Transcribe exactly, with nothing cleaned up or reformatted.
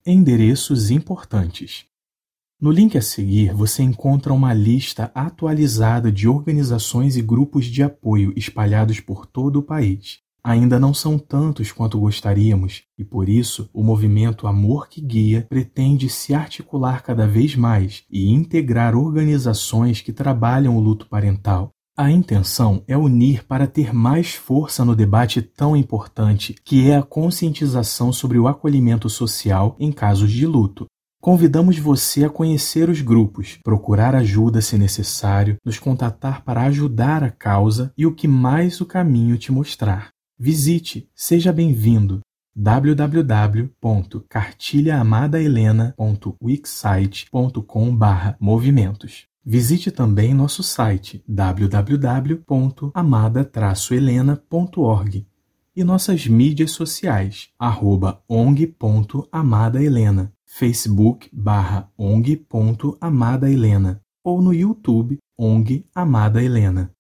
Endereços importantes. No link a seguir, você encontra uma lista atualizada de organizações e grupos de apoio espalhados por todo o país. Ainda não são tantos quanto gostaríamos e, por isso, o movimento Amor que Guia pretende se articular cada vez mais e integrar organizações que trabalham o luto parental. A intenção é unir para ter mais força no debate tão importante que é a conscientização sobre o acolhimento social em casos de luto. Convidamos você a conhecer os grupos, procurar ajuda se necessário, nos contatar para ajudar a causa e o que mais o caminho te mostrar. Visite, seja bem-vindo, w w w ponto cartilha amada helena ponto wixsite ponto com barra movimentos. Visite também nosso site w w w ponto amada traço helena ponto org e nossas mídias sociais, arroba ong ponto amada helena, Facebook barra ong ponto amada helena ou no YouTube ong Amada Helena.